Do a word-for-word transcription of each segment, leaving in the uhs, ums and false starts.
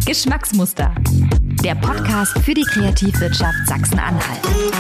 Geschmacksmuster, der Podcast für die Kreativwirtschaft Sachsen-Anhalt.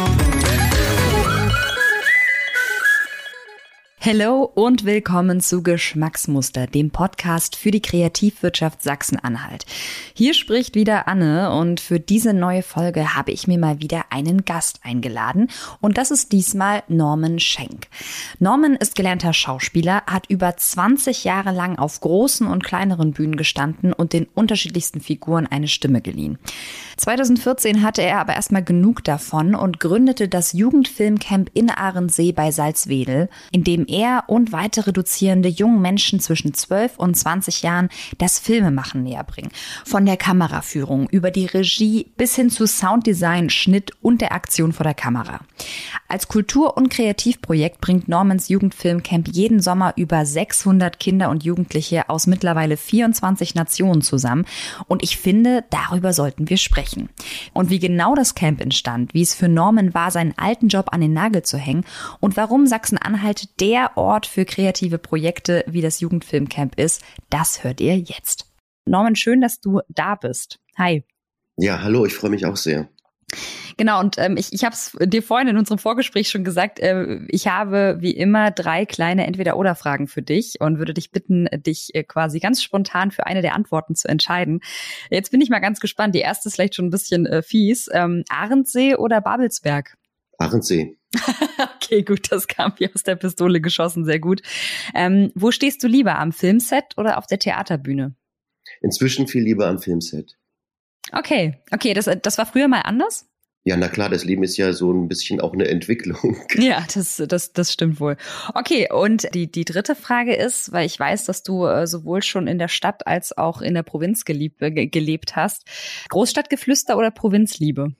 Hallo und willkommen zu Geschmacksmuster, dem Podcast für die Kreativwirtschaft Sachsen-Anhalt. Hier spricht wieder Anne und für diese neue Folge habe ich mir mal wieder einen Gast eingeladen und das ist diesmal Norman Schenk. Norman ist gelernter Schauspieler, hat über zwanzig Jahre lang auf großen und kleineren Bühnen gestanden und den unterschiedlichsten Figuren eine Stimme geliehen. zweitausendvierzehn hatte er aber erstmal genug davon und gründete das Jugendfilmcamp in Ahrensee bei Salzwedel, in dem er und weitere Dozierende jungen Menschen zwischen zwölf und zwanzig Jahren das Filmemachen näher bringen. Von der Kameraführung über die Regie bis hin zu Sounddesign, Schnitt und der Aktion vor der Kamera. Als Kultur- und Kreativprojekt bringt Normans Jugendfilmcamp jeden Sommer über sechshundert Kinder und Jugendliche aus mittlerweile vierundzwanzig Nationen zusammen. Und ich finde, darüber sollten wir sprechen. Und wie genau das Camp entstand, wie es für Norman war, seinen alten Job an den Nagel zu hängen und warum Sachsen-Anhalt der Ort für kreative Projekte wie das Jugendfilmcamp ist, das hört ihr jetzt. Norman, schön, dass du da bist. Hi. Ja, hallo, ich freue mich auch sehr. Genau, und ähm, ich, ich habe es dir vorhin in unserem Vorgespräch schon gesagt, äh, ich habe wie immer drei kleine Entweder-oder-Fragen für dich und würde dich bitten, dich äh, quasi ganz spontan für eine der Antworten zu entscheiden. Jetzt bin ich mal ganz gespannt. Die erste ist vielleicht schon ein bisschen äh, fies. Ähm, Ahrensee oder Babelsberg? Ahrensee. Okay, gut, das kam wie aus der Pistole geschossen, sehr gut. Ähm, wo stehst du lieber, am Filmset oder auf der Theaterbühne? Inzwischen viel lieber am Filmset. Okay, okay, das, das war früher mal anders? Ja, na klar, das Leben ist ja so ein bisschen auch eine Entwicklung. Ja, das, das, das stimmt wohl. Okay, und die, die dritte Frage ist, weil ich weiß, dass du äh, sowohl schon in der Stadt als auch in der Provinz gelebt, äh, gelebt hast. Großstadtgeflüster oder Provinzliebe?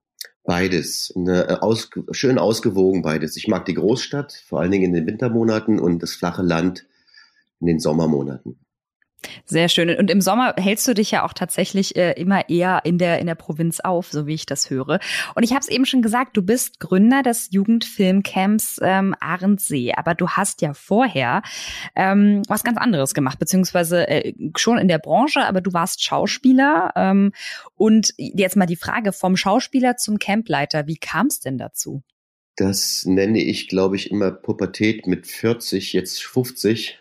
Beides. Eine, aus, schön ausgewogen beides. Ich mag die Großstadt, vor allen Dingen in den Wintermonaten und das flache Land in den Sommermonaten. Sehr schön. Und im Sommer hältst du dich ja auch tatsächlich äh, immer eher in der in der Provinz auf, so wie ich das höre. Und ich habe es eben schon gesagt, du bist Gründer des Jugendfilmcamps ähm, Ahrensee. Aber du hast ja vorher ähm, was ganz anderes gemacht, beziehungsweise äh, schon in der Branche, aber du warst Schauspieler. Ähm, und jetzt mal die Frage, vom Schauspieler zum Campleiter, wie kam es denn dazu? Das nenne ich, glaube ich, immer Pubertät mit vierzig, jetzt fünfzig.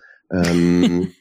Ähm,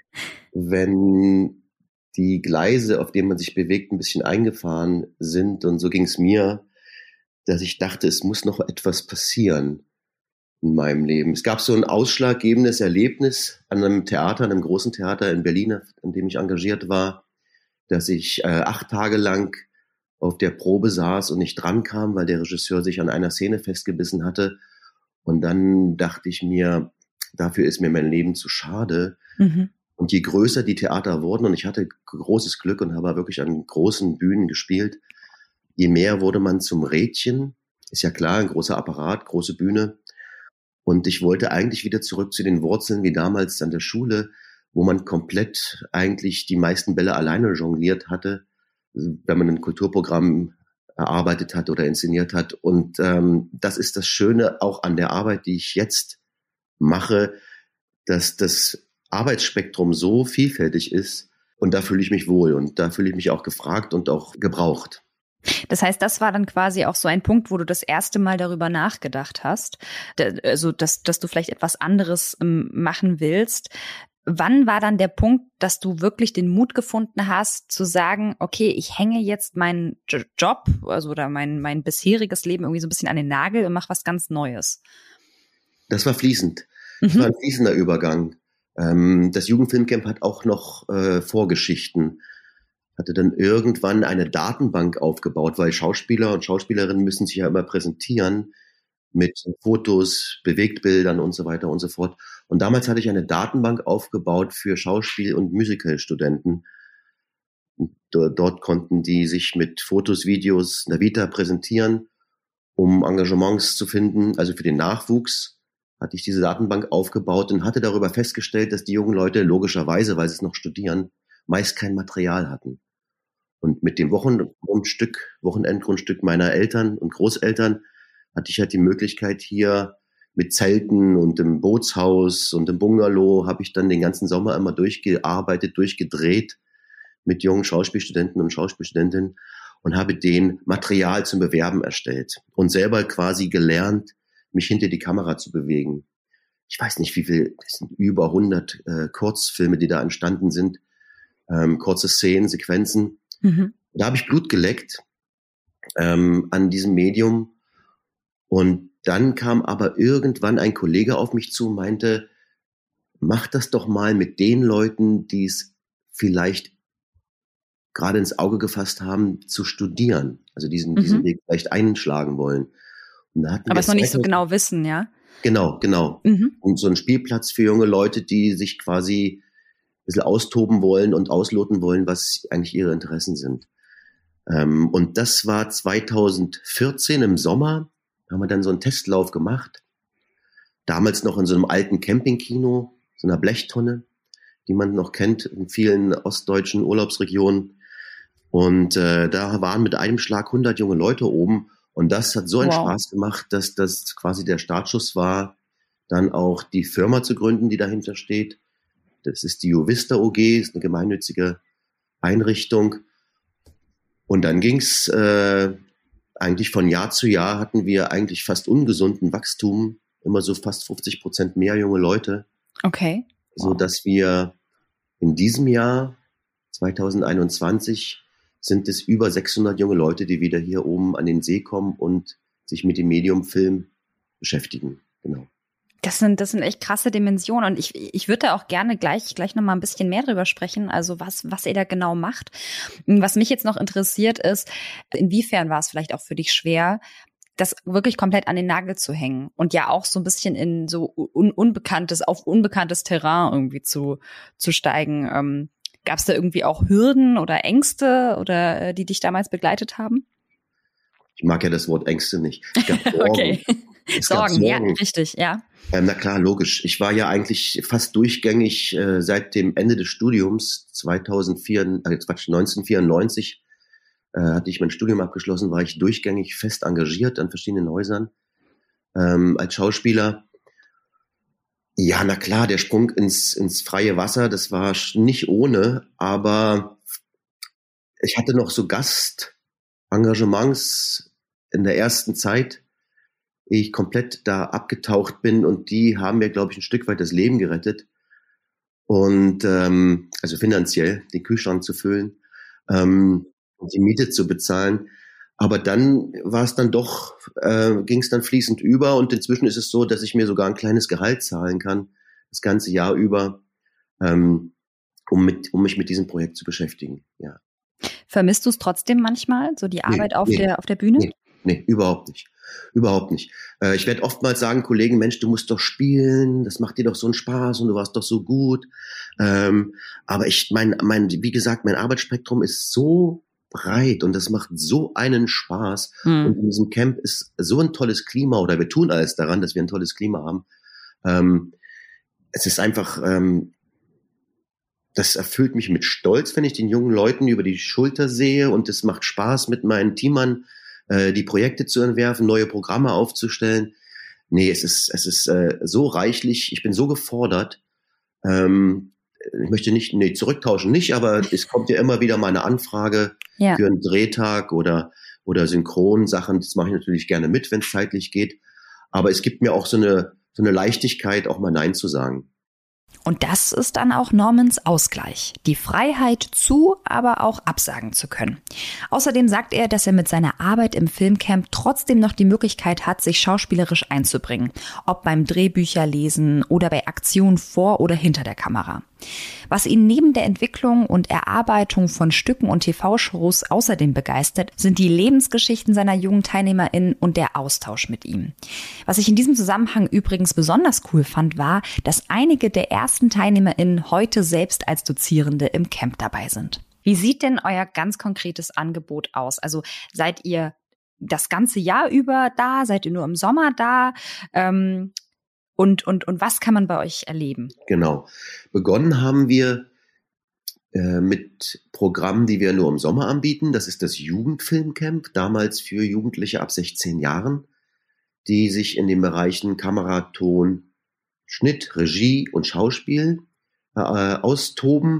wenn die Gleise, auf denen man sich bewegt, ein bisschen eingefahren sind. Und so ging es mir, dass ich dachte, es muss noch etwas passieren in meinem Leben. Es gab so ein ausschlaggebendes Erlebnis an einem Theater, einem großen Theater in Berlin, an dem ich engagiert war, dass ich äh, acht Tage lang auf der Probe saß und nicht drankam, weil der Regisseur sich an einer Szene festgebissen hatte. Und dann dachte ich mir, dafür ist mir mein Leben zu schade. Mhm. Und je größer die Theater wurden, und ich hatte großes Glück und habe wirklich an großen Bühnen gespielt, je mehr wurde man zum Rädchen. Ist ja klar, ein großer Apparat, große Bühne. Und ich wollte eigentlich wieder zurück zu den Wurzeln wie damals an der Schule, wo man komplett eigentlich die meisten Bälle alleine jongliert hatte, wenn man ein Kulturprogramm erarbeitet hat oder inszeniert hat. Und ähm, das ist das Schöne auch an der Arbeit, die ich jetzt mache, dass das Arbeitsspektrum so vielfältig ist und da fühle ich mich wohl und da fühle ich mich auch gefragt und auch gebraucht. Das heißt, das war dann quasi auch so ein Punkt, wo du das erste Mal darüber nachgedacht hast, also dass, dass du vielleicht etwas anderes ähm, machen willst. Wann war dann der Punkt, dass du wirklich den Mut gefunden hast, zu sagen, okay, ich hänge jetzt meinen Job, also oder mein, mein bisheriges Leben irgendwie so ein bisschen an den Nagel und mache was ganz Neues? Das war fließend. Das mhm. war ein fließender Übergang. Das Jugendfilmcamp hat auch noch äh, Vorgeschichten. Hatte dann irgendwann eine Datenbank aufgebaut, weil Schauspieler und Schauspielerinnen müssen sich ja immer präsentieren mit Fotos, Bewegtbildern und so weiter und so fort. Und damals hatte ich eine Datenbank aufgebaut für Schauspiel- und Musicalstudenten. Dort konnten die sich mit Fotos, Videos, einer Vita präsentieren, um Engagements zu finden, also für den Nachwuchs. Hatte ich diese Datenbank aufgebaut und hatte darüber festgestellt, dass die jungen Leute logischerweise, weil sie es noch studieren, meist kein Material hatten. Und mit dem Wochengrundstück, Wochenendgrundstück meiner Eltern und Großeltern hatte ich halt die Möglichkeit hier mit Zelten und im Bootshaus und im Bungalow habe ich dann den ganzen Sommer immer durchgearbeitet, durchgedreht mit jungen Schauspielstudenten und Schauspielstudentinnen und habe denen Material zum Bewerben erstellt und selber quasi gelernt, mich hinter die Kamera zu bewegen. Ich weiß nicht, wie viel, es sind über hundert äh, Kurzfilme, die da entstanden sind, ähm, kurze Szenen, Sequenzen. Mhm. Da habe ich Blut geleckt ähm, an diesem Medium. Und dann kam aber irgendwann ein Kollege auf mich zu und meinte, mach das doch mal mit den Leuten, die es vielleicht gerade ins Auge gefasst haben, zu studieren. Also diesen, mhm. diesen Weg vielleicht einschlagen wollen. Und da hatten aber wir es noch nicht so genau wissen, ja? Genau, genau. Mhm. Und so ein Spielplatz für junge Leute, die sich quasi ein bisschen austoben wollen und ausloten wollen, was eigentlich ihre Interessen sind. Ähm, und das war zweitausendvierzehn im Sommer, haben wir dann so einen Testlauf gemacht. Damals noch in so einem alten Campingkino, so einer Blechtonne, die man noch kennt in vielen ostdeutschen Urlaubsregionen. Und äh, da waren mit einem Schlag hundert junge Leute oben. Und das hat so einen wow. Spaß gemacht, dass das quasi der Startschuss war, dann auch die Firma zu gründen, die dahinter steht. Das ist die Juvista O G, ist eine gemeinnützige Einrichtung. Und dann ging's äh, eigentlich von Jahr zu Jahr hatten wir eigentlich fast ungesunden Wachstum, immer so fast fünfzig Prozent mehr junge Leute. Okay. Wow. So dass wir in diesem Jahr, zweitausendeinundzwanzig, sind es über sechshundert junge Leute, die wieder hier oben an den See kommen und sich mit dem Medium Film beschäftigen. Genau. Das sind, das sind echt krasse Dimensionen. Und ich, ich würde da auch gerne gleich, gleich noch mal ein bisschen mehr drüber sprechen. Also was, was ihr da genau macht. Was mich jetzt noch interessiert ist, inwiefern war es vielleicht auch für dich schwer, das wirklich komplett an den Nagel zu hängen und ja auch so ein bisschen in so un, unbekanntes, auf unbekanntes Terrain irgendwie zu, zu steigen. Ähm, Gab es da irgendwie auch Hürden oder Ängste oder die dich damals begleitet haben? Ich mag ja das Wort Ängste nicht. Es gab Sorgen. Okay. Es Sorgen, gab Sorgen, ja, richtig, ja. Ähm, na klar, logisch. Ich war ja eigentlich fast durchgängig äh, seit dem Ende des Studiums zweitausendvier, äh, Quatsch, neunzehnhundertvierundneunzig äh, hatte ich mein Studium abgeschlossen, war ich durchgängig fest engagiert an verschiedenen Häusern ähm, als Schauspieler. Ja, na klar, der Sprung ins, ins freie Wasser, das war nicht ohne, aber ich hatte noch so Gastengagements in der ersten Zeit, ehe ich komplett da abgetaucht bin und die haben mir, glaube ich, ein Stück weit das Leben gerettet und ähm, also finanziell den Kühlschrank zu füllen ähm, und die Miete zu bezahlen. Aber dann war es dann doch, äh, ging es dann fließend über und inzwischen ist es so, dass ich mir sogar ein kleines Gehalt zahlen kann, das ganze Jahr über, ähm, um, mit, um mich mit diesem Projekt zu beschäftigen. Ja. Vermisst du es trotzdem manchmal, so die Arbeit nee, auf, nee, der, auf der Bühne? Nee, nee, überhaupt nicht. Überhaupt nicht. Äh, ich werde oftmals sagen, Kollegen, Mensch, du musst doch spielen, das macht dir doch so einen Spaß und du warst doch so gut. Ähm, aber ich, mein, mein, wie gesagt, mein Arbeitsspektrum ist so breit und das macht so einen Spaß. Mhm. Und in diesem Camp ist so ein tolles Klima oder wir tun alles daran, dass wir ein tolles Klima haben. Ähm, es ist einfach, ähm, das erfüllt mich mit Stolz, wenn ich den jungen Leuten über die Schulter sehe und es macht Spaß, mit meinen Teamern äh, die Projekte zu entwerfen, neue Programme aufzustellen. Nee, es ist, es ist äh, so reichlich, ich bin so gefordert. Ähm, ich möchte nicht, nee, zurücktauschen nicht, aber es kommt ja immer wieder mal eine Anfrage ja. für einen Drehtag oder, oder Synchronsachen. Das mache ich natürlich gerne mit, wenn es zeitlich geht. Aber es gibt mir auch so eine, so eine Leichtigkeit, auch mal Nein zu sagen. Und das ist dann auch Normans Ausgleich. Die Freiheit zu, aber auch absagen zu können. Außerdem sagt er, dass er mit seiner Arbeit im Filmcamp trotzdem noch die Möglichkeit hat, sich schauspielerisch einzubringen. Ob beim Drehbücherlesen oder bei Aktionen vor oder hinter der Kamera. Was ihn neben der Entwicklung und Erarbeitung von Stücken und T V-Shows außerdem begeistert, sind die Lebensgeschichten seiner jungen TeilnehmerInnen und der Austausch mit ihm. Was ich in diesem Zusammenhang übrigens besonders cool fand, war, dass einige der ersten TeilnehmerInnen heute selbst als Dozierende im Camp dabei sind. Wie sieht denn euer ganz konkretes Angebot aus? Also seid ihr das ganze Jahr über da? Seid ihr nur im Sommer da? Ähm Und, und, und was kann man bei euch erleben? Genau. Begonnen haben wir äh, mit Programmen, die wir nur im Sommer anbieten. Das ist das Jugendfilmcamp, damals für Jugendliche ab sechzehn Jahren, die sich in den Bereichen Kamera, Ton, Schnitt, Regie und Schauspiel äh, austoben.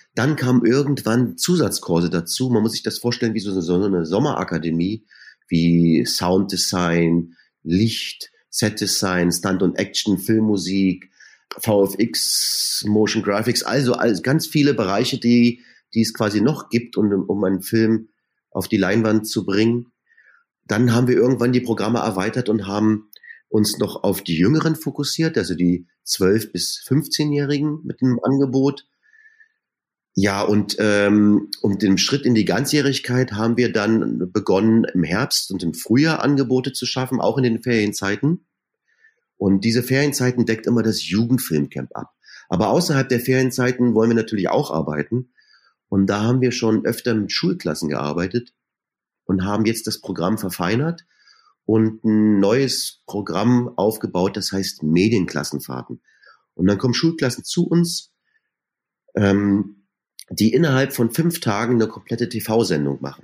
Dann kamen irgendwann Zusatzkurse dazu. Man muss sich das vorstellen wie so eine, so eine Sommerakademie, wie Sounddesign, Licht, Setdesign, Stunt und Action, Filmmusik, V F X, Motion Graphics, also, also ganz viele Bereiche, die, die es quasi noch gibt, um, um einen Film auf die Leinwand zu bringen. Dann haben wir irgendwann die Programme erweitert und haben uns noch auf die Jüngeren fokussiert, also die zwölf- bis fünfzehnjährigen mit einem Angebot. Ja, und ähm, um den Schritt in die Ganzjährigkeit haben wir dann begonnen, im Herbst und im Frühjahr Angebote zu schaffen, auch in den Ferienzeiten. Und diese Ferienzeiten deckt immer das Jugendfilmcamp ab. Aber außerhalb der Ferienzeiten wollen wir natürlich auch arbeiten. Und da haben wir schon öfter mit Schulklassen gearbeitet und haben jetzt das Programm verfeinert und ein neues Programm aufgebaut, das heißt Medienklassenfahrten. Und dann kommen Schulklassen zu uns, ähm, die innerhalb von fünf Tagen eine komplette T V-Sendung machen.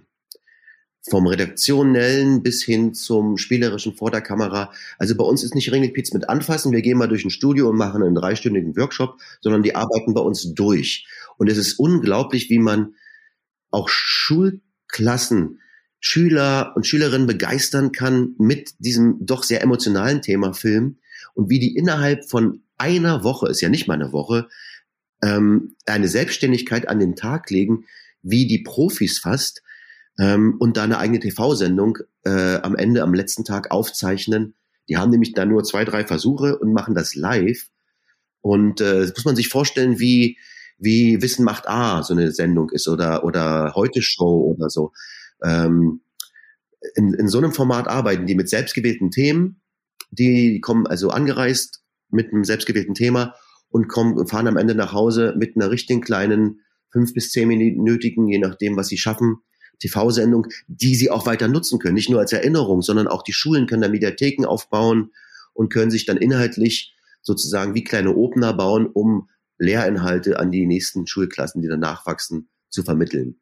Vom Redaktionellen bis hin zum Spielerischen vor der Kamera. Also bei uns ist nicht Ringelpiez mit anfassen, wir gehen mal durch ein Studio und machen einen dreistündigen Workshop, sondern die arbeiten bei uns durch. Und es ist unglaublich, wie man auch Schulklassen, Schüler und Schülerinnen begeistern kann mit diesem doch sehr emotionalen Thema Film und wie die innerhalb von einer Woche, ist ja nicht mal eine Woche, ähm, eine Selbstständigkeit an den Tag legen, wie die Profis fast, ähm, und da eine eigene T V-Sendung äh, am Ende, am letzten Tag aufzeichnen. Die haben nämlich dann nur zwei, drei Versuche und machen das live. Und äh, das muss man sich vorstellen, wie wie Wissen macht A so eine Sendung ist oder oder Heute Show oder so. Ähm, in, in so einem Format arbeiten die mit selbstgewählten Themen. Die kommen also angereist mit einem selbstgewählten Thema und kommen und fahren am Ende nach Hause mit einer richtigen kleinen fünf bis zehn minütigen, je nachdem, was sie schaffen, T V-Sendung, die sie auch weiter nutzen können. Nicht nur als Erinnerung, sondern auch die Schulen können da Mediatheken aufbauen und können sich dann inhaltlich sozusagen wie kleine Opener bauen, um Lehrinhalte an die nächsten Schulklassen, die dann nachwachsen, zu vermitteln.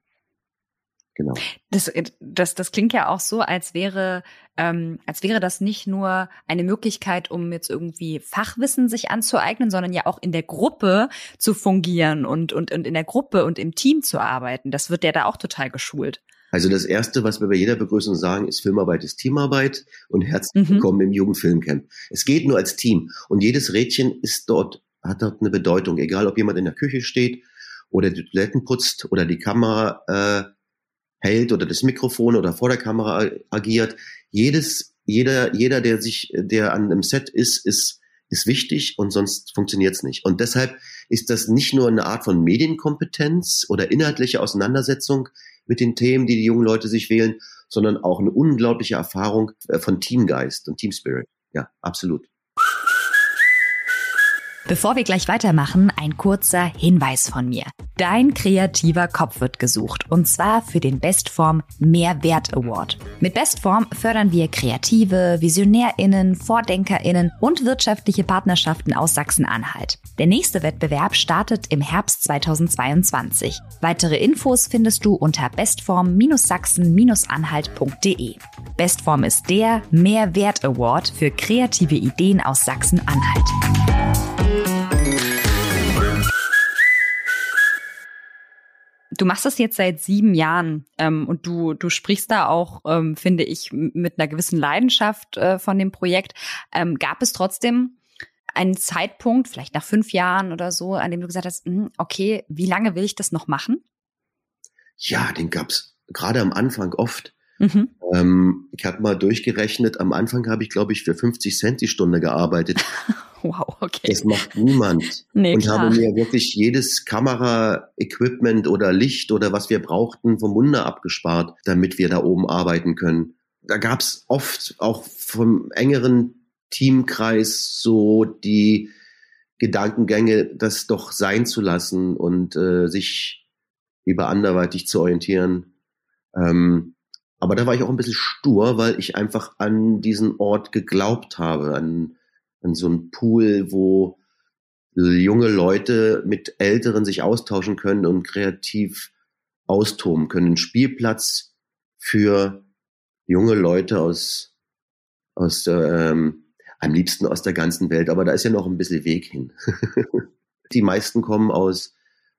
Genau. Das, das, das klingt ja auch so, als wäre, ähm, als wäre das nicht nur eine Möglichkeit, um jetzt irgendwie Fachwissen sich anzueignen, sondern ja auch in der Gruppe zu fungieren und, und, und in der Gruppe und im Team zu arbeiten. Das wird ja da auch total geschult. Also das Erste, was wir bei jeder Begrüßung sagen, ist Filmarbeit ist Teamarbeit und herzlich willkommen mhm. im Jugendfilmcamp. Es geht nur als Team und jedes Rädchen ist dort, hat dort eine Bedeutung, egal ob jemand in der Küche steht oder die Toiletten putzt oder die Kamera äh, hält oder das Mikrofon oder vor der Kamera agiert. Jedes, jeder, jeder, der sich, der an einem Set ist, ist, ist wichtig und sonst funktioniert's nicht. Und deshalb ist das nicht nur eine Art von Medienkompetenz oder inhaltliche Auseinandersetzung mit den Themen, die die jungen Leute sich wählen, sondern auch eine unglaubliche Erfahrung von Teamgeist und Teamspirit. Ja, absolut. Bevor wir gleich weitermachen, ein kurzer Hinweis von mir. Dein kreativer Kopf wird gesucht, und zwar für den Bestform Mehrwert Award. Mit Bestform fördern wir Kreative, VisionärInnen, VordenkerInnen und wirtschaftliche Partnerschaften aus Sachsen-Anhalt. Der nächste Wettbewerb startet im Herbst zweitausendzweiundzwanzig. Weitere Infos findest du unter bestform sachsen anhalt punkt de. Bestform ist der Mehrwert Award für kreative Ideen aus Sachsen-Anhalt. Du machst das jetzt seit sieben Jahren ähm, und du du sprichst da auch, ähm, finde ich, mit einer gewissen Leidenschaft äh, von dem Projekt. Ähm, gab es trotzdem einen Zeitpunkt, vielleicht nach fünf Jahren oder so, an dem du gesagt hast, okay, wie lange will ich das noch machen? Ja, den gab's gerade am Anfang oft. Mhm. Ähm, ich habe mal durchgerechnet, am Anfang habe ich, glaube ich, für fünfzig Cent die Stunde gearbeitet. Wow, okay. Das macht niemand. Nee, und klar. habe mir wirklich jedes Kamera-Equipment oder Licht oder was wir brauchten vom Munde abgespart, damit wir da oben arbeiten können. Da gab's oft auch vom engeren Teamkreis so die Gedankengänge, das doch sein zu lassen und äh, sich lieber anderweitig zu orientieren. Ähm, aber da war ich auch ein bisschen stur, weil ich einfach an diesen Ort geglaubt habe, an, an so einen Pool, wo junge Leute mit Älteren sich austauschen können und kreativ austoben können. Ein Spielplatz für junge Leute aus, aus ähm, am liebsten aus der ganzen Welt, aber da ist ja noch ein bisschen Weg hin. Die meisten kommen aus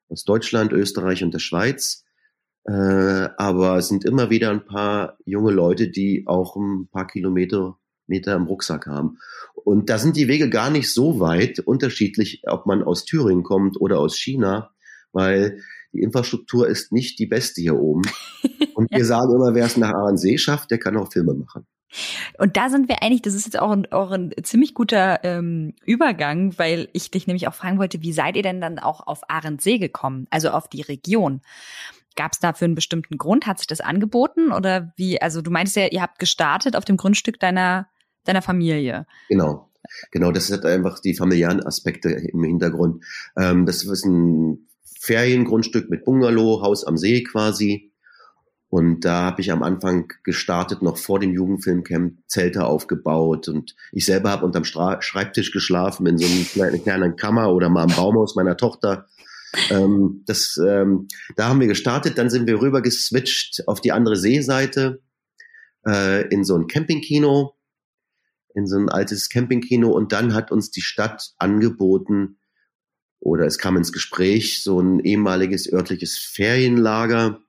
aus Deutschland, Österreich und der Schweiz. Äh, aber es sind immer wieder ein paar junge Leute, die auch ein paar Kilometer Meter im Rucksack haben. Und da sind die Wege gar nicht so weit unterschiedlich, ob man aus Thüringen kommt oder aus China, weil die Infrastruktur ist nicht die beste hier oben. Und ja. wir sagen immer, wer es nach Ahrensee schafft, der kann auch Filme machen. Und da sind wir eigentlich, das ist jetzt auch ein, auch ein ziemlich guter ähm, Übergang, weil ich dich nämlich auch fragen wollte, wie seid ihr denn dann auch auf Ahrensee gekommen, also auf die Region? Gab es dafür einen bestimmten Grund? Hat sich das angeboten oder wie? Also du meintest ja, ihr habt gestartet auf dem Grundstück deiner deiner Familie. Genau, genau. Das hat einfach die familiären Aspekte im Hintergrund. Ähm, das ist ein Feriengrundstück mit Bungalow, Haus am See quasi. Und da habe ich am Anfang gestartet, noch vor dem Jugendfilmcamp, Zelte aufgebaut. Und ich selber habe unterm Stra- Schreibtisch geschlafen, in so einer kleinen, kleinen Kammer oder mal im Baumhaus meiner Tochter. Ähm, das, ähm, da haben wir gestartet, dann sind wir rüber geswitcht auf die andere Seeseite, äh, in so ein Campingkino, in so ein altes Campingkino. Und dann hat uns die Stadt angeboten, oder es kam ins Gespräch, so ein ehemaliges örtliches Ferienlager.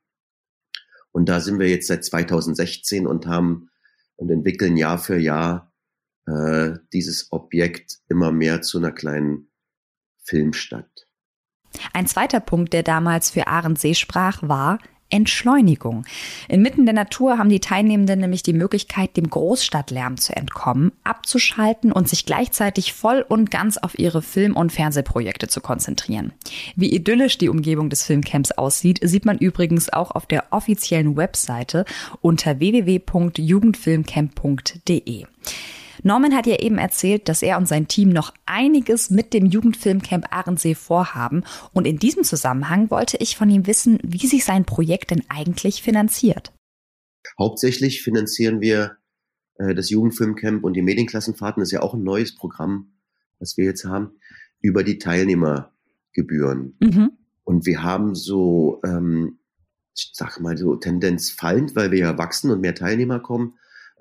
Und da sind wir jetzt seit zweitausendsechzehn und haben und entwickeln Jahr für Jahr äh, dieses Objekt immer mehr zu einer kleinen Filmstadt. Ein zweiter Punkt, der damals für Ahrensee sprach, war Entschleunigung. Inmitten der Natur haben die Teilnehmenden nämlich die Möglichkeit, dem Großstadtlärm zu entkommen, abzuschalten und sich gleichzeitig voll und ganz auf ihre Film- und Fernsehprojekte zu konzentrieren. Wie idyllisch die Umgebung des Filmcamps aussieht, sieht man übrigens auch auf der offiziellen Webseite unter w w w punkt jugendfilmcamp punkt d e. Norman hat ja eben erzählt, dass er und sein Team noch einiges mit dem Jugendfilmcamp Ahrensee vorhaben. Und in diesem Zusammenhang wollte ich von ihm wissen, wie sich sein Projekt denn eigentlich finanziert. Hauptsächlich finanzieren wir äh, das Jugendfilmcamp und die Medienklassenfahrten, das ist ja auch ein neues Programm, was wir jetzt haben, über die Teilnehmergebühren. Mhm. Und wir haben so, ähm, ich sag mal so Tendenz fallend, weil wir ja wachsen und mehr Teilnehmer kommen,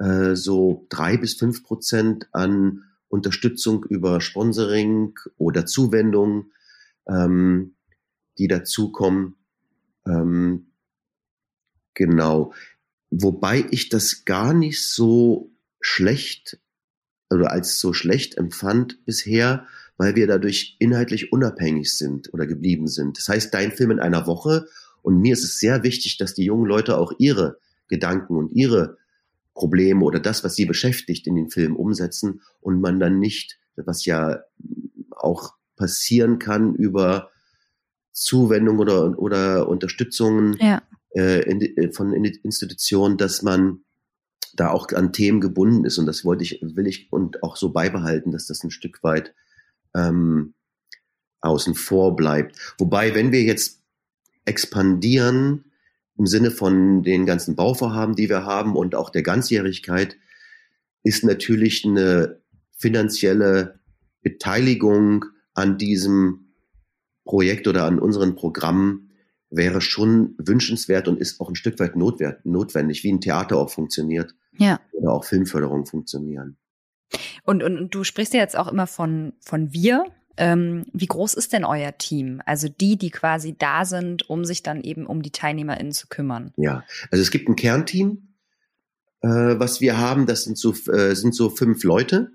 so drei bis fünf Prozent an Unterstützung über Sponsoring oder Zuwendung, ähm, die dazukommen. Ähm, genau. Wobei ich das gar nicht so schlecht oder als so schlecht empfand bisher, weil wir dadurch inhaltlich unabhängig sind oder geblieben sind. Das heißt, dein Film in einer Woche, und mir ist es sehr wichtig, dass die jungen Leute auch ihre Gedanken und ihre Probleme oder das, was sie beschäftigt, in den Film umsetzen und man dann nicht, was ja auch passieren kann über Zuwendung oder, oder Unterstützungen ja. äh, in, von Institutionen, dass man da auch an Themen gebunden ist. Und das wollte ich, will ich und auch so beibehalten, dass das ein Stück weit ähm, außen vor bleibt. Wobei, wenn wir jetzt expandieren, im Sinne von den ganzen Bauvorhaben, die wir haben und auch der Ganzjährigkeit, ist natürlich eine finanzielle Beteiligung an diesem Projekt oder an unseren Programmen wäre schon wünschenswert und ist auch ein Stück weit notwendig, wie ein Theater auch funktioniert, ja, oder auch Filmförderung funktionieren. Und, und, und du sprichst ja jetzt auch immer von, von wir. Ähm, wie groß ist denn euer Team? Also die, die quasi da sind, um sich dann eben um die TeilnehmerInnen zu kümmern. Ja, also es gibt ein Kernteam, äh, was wir haben. Das sind so, äh, sind so fünf Leute,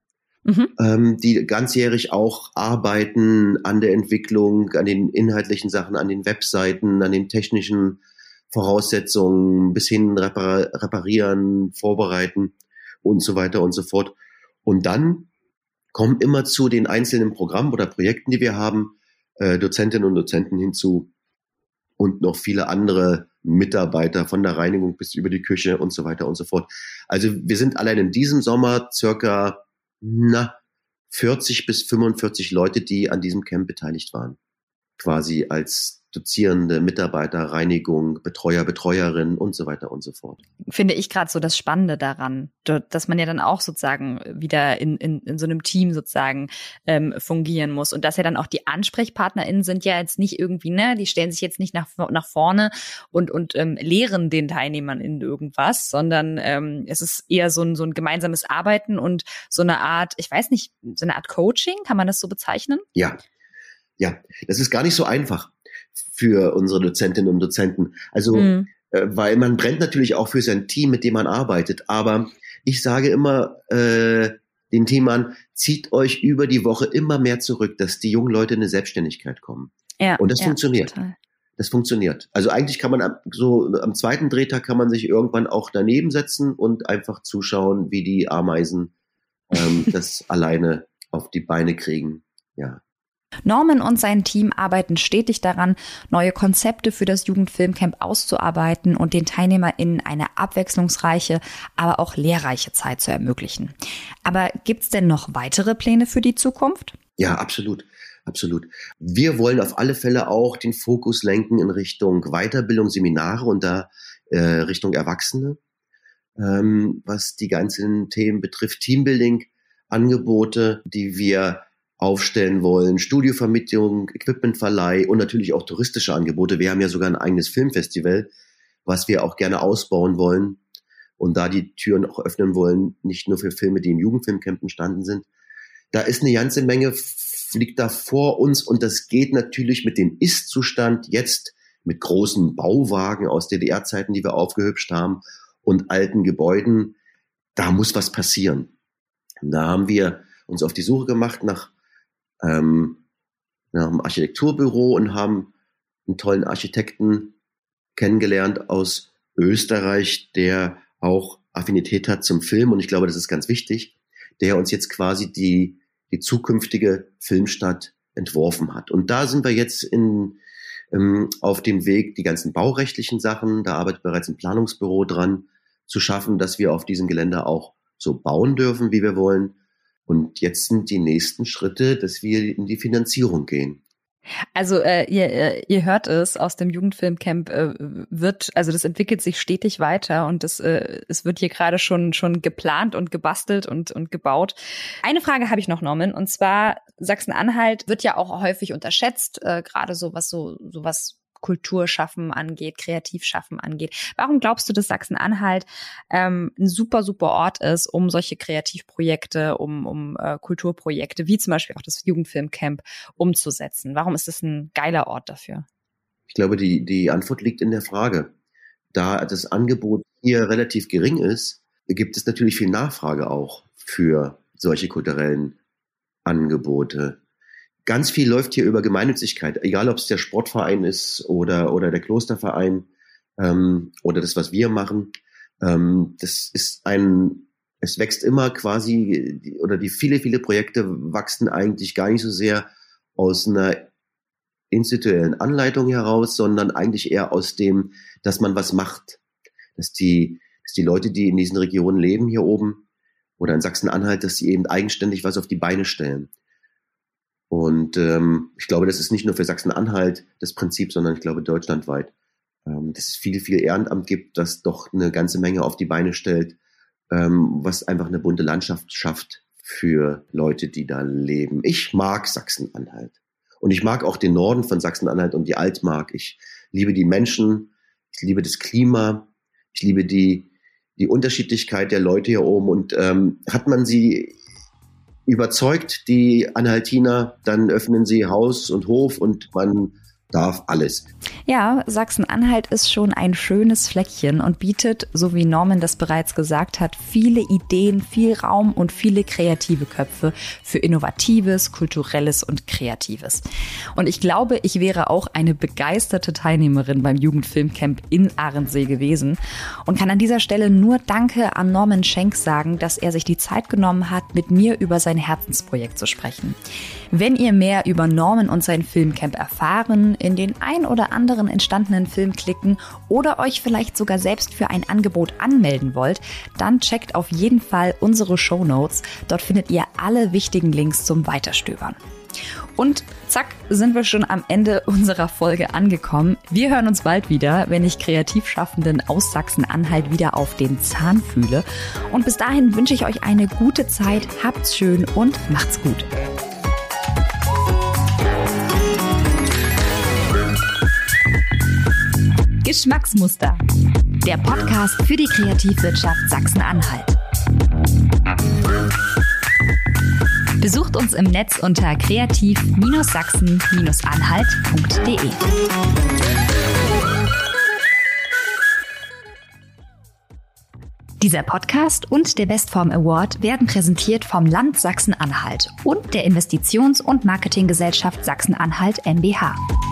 mhm. ähm, die ganzjährig auch arbeiten an der Entwicklung, an den inhaltlichen Sachen, an den Webseiten, an den technischen Voraussetzungen, bis hin repar- reparieren, vorbereiten und so weiter und so fort. Und dann kommen immer zu den einzelnen Programmen oder Projekten, die wir haben, äh, Dozentinnen und Dozenten hinzu und noch viele andere Mitarbeiter von der Reinigung bis über die Küche und so weiter und so fort. Also wir sind allein in diesem Sommer circa na, vierzig bis fünfundvierzig Leute, die an diesem Camp beteiligt waren. Quasi als Dozierende, Mitarbeiter, Reinigung, Betreuer, Betreuerin und so weiter und so fort. Finde ich gerade so das Spannende daran, dass man ja dann auch sozusagen wieder in, in, in so einem Team sozusagen ähm, fungieren muss und dass ja dann auch die AnsprechpartnerInnen sind ja jetzt nicht irgendwie, ne, die stellen sich jetzt nicht nach, nach vorne und, und ähm, lehren den Teilnehmern in irgendwas, sondern ähm, es ist eher so ein, so ein gemeinsames Arbeiten und so eine Art, ich weiß nicht, so eine Art Coaching, kann man das so bezeichnen? Ja, ja, das ist gar nicht so einfach. für unsere Dozentinnen und Dozenten. Also, mhm. äh, weil man brennt natürlich auch für sein Team, mit dem man arbeitet. Aber ich sage immer äh, den Teamern, zieht euch über die Woche immer mehr zurück, dass die jungen Leute in eine Selbstständigkeit kommen. Ja, und das ja, funktioniert. Total. Das funktioniert. Also eigentlich kann man am, so am zweiten Drehtag kann man sich irgendwann auch daneben setzen und einfach zuschauen, wie die Ameisen ähm, das alleine auf die Beine kriegen. Ja. Norman und sein Team arbeiten stetig daran, neue Konzepte für das Jugendfilmcamp auszuarbeiten und den TeilnehmerInnen eine abwechslungsreiche, aber auch lehrreiche Zeit zu ermöglichen. Aber gibt's denn noch weitere Pläne für die Zukunft? Ja, absolut. Absolut. Wir wollen auf alle Fälle auch den Fokus lenken in Richtung Weiterbildung, Seminare und da äh, Richtung Erwachsene, ähm, was die ganzen Themen betrifft. Teambuilding, Angebote, die wir aufstellen wollen, Studiovermittlung, Equipmentverleih und natürlich auch touristische Angebote. Wir haben ja sogar ein eigenes Filmfestival, was wir auch gerne ausbauen wollen und da die Türen auch öffnen wollen, nicht nur für Filme, die im Jugendfilmcamp entstanden sind. Da ist eine ganze Menge liegt da vor uns und das geht natürlich mit dem Ist-Zustand jetzt mit großen Bauwagen aus D D R-Zeiten, die wir aufgehübscht haben und alten Gebäuden. Da muss was passieren. Und da haben wir uns auf die Suche gemacht nach, ähm, nach einem Architekturbüro und haben einen tollen Architekten kennengelernt aus Österreich, der auch Affinität hat zum Film und ich glaube, das ist ganz wichtig, der uns jetzt quasi die die zukünftige Filmstadt entworfen hat. Und da sind wir jetzt in, ähm, auf dem Weg, die ganzen baurechtlichen Sachen, da arbeitet bereits ein Planungsbüro dran, zu schaffen, dass wir auf diesem Gelände auch so bauen dürfen, wie wir wollen. Und jetzt sind die nächsten Schritte, dass wir in die Finanzierung gehen. Also äh, ihr, ihr hört es, aus dem Jugendfilmcamp äh, wird, also das entwickelt sich stetig weiter und das, äh, es wird hier gerade schon schon geplant und gebastelt und und gebaut. Eine Frage habe ich noch, Norman, und zwar Sachsen-Anhalt wird ja auch häufig unterschätzt, äh, gerade so was so so was Kulturschaffen angeht, Kreativschaffen angeht. Warum glaubst du, dass Sachsen-Anhalt ähm, ein super, super Ort ist, um solche Kreativprojekte, um, um äh, Kulturprojekte, wie zum Beispiel auch das Jugendfilmcamp, umzusetzen? Warum ist das ein geiler Ort dafür? Ich glaube, die, die Antwort liegt in der Frage. Da das Angebot hier relativ gering ist, gibt es natürlich viel Nachfrage auch für solche kulturellen Angebote. Ganz viel läuft hier über Gemeinnützigkeit, egal ob es der Sportverein ist oder, oder der Klosterverein ähm, oder das, was wir machen. Ähm, das ist ein, es wächst immer quasi, oder die viele, viele Projekte wachsen eigentlich gar nicht so sehr aus einer institutionellen Anleitung heraus, sondern eigentlich eher aus dem, dass man was macht. Dass die, dass die Leute, die in diesen Regionen leben, hier oben oder in Sachsen-Anhalt, dass sie eben eigenständig was auf die Beine stellen. Und ähm, ich glaube, das ist nicht nur für Sachsen-Anhalt das Prinzip, sondern ich glaube deutschlandweit, ähm, dass es viel, viel Ehrenamt gibt, das doch eine ganze Menge auf die Beine stellt, ähm, was einfach eine bunte Landschaft schafft für Leute, die da leben. Ich mag Sachsen-Anhalt. Und ich mag auch den Norden von Sachsen-Anhalt und die Altmark. Ich liebe die Menschen, ich liebe das Klima, ich liebe die, die Unterschiedlichkeit der Leute hier oben. Und ähm, hat man sie überzeugt, die Anhaltiner, dann öffnen sie Haus und Hof und man darf alles. Ja, Sachsen-Anhalt ist schon ein schönes Fleckchen und bietet, so wie Norman das bereits gesagt hat, viele Ideen, viel Raum und viele kreative Köpfe für Innovatives, Kulturelles und Kreatives. Und ich glaube, ich wäre auch eine begeisterte Teilnehmerin beim Jugendfilmcamp in Ahrensee gewesen und kann an dieser Stelle nur Danke an Norman Schenk sagen, dass er sich die Zeit genommen hat, mit mir über sein Herzensprojekt zu sprechen. Wenn ihr mehr über Norman und sein Filmcamp erfahren, in den ein oder anderen entstandenen Film klicken oder euch vielleicht sogar selbst für ein Angebot anmelden wollt, dann checkt auf jeden Fall unsere Shownotes. Dort findet ihr alle wichtigen Links zum Weiterstöbern. Und zack, sind wir schon am Ende unserer Folge angekommen. Wir hören uns bald wieder, wenn ich Kreativschaffenden aus Sachsen-Anhalt wieder auf den Zahn fühle. Und bis dahin wünsche ich euch eine gute Zeit, habt's schön und macht's gut. Geschmacksmuster, der Podcast für die Kreativwirtschaft Sachsen-Anhalt. Besucht uns im Netz unter kreativ Sachsen Anhalt punkt de. Dieser Podcast und der Bestform Award werden präsentiert vom Land Sachsen-Anhalt und der Investitions- und Marketinggesellschaft Sachsen-Anhalt M B H.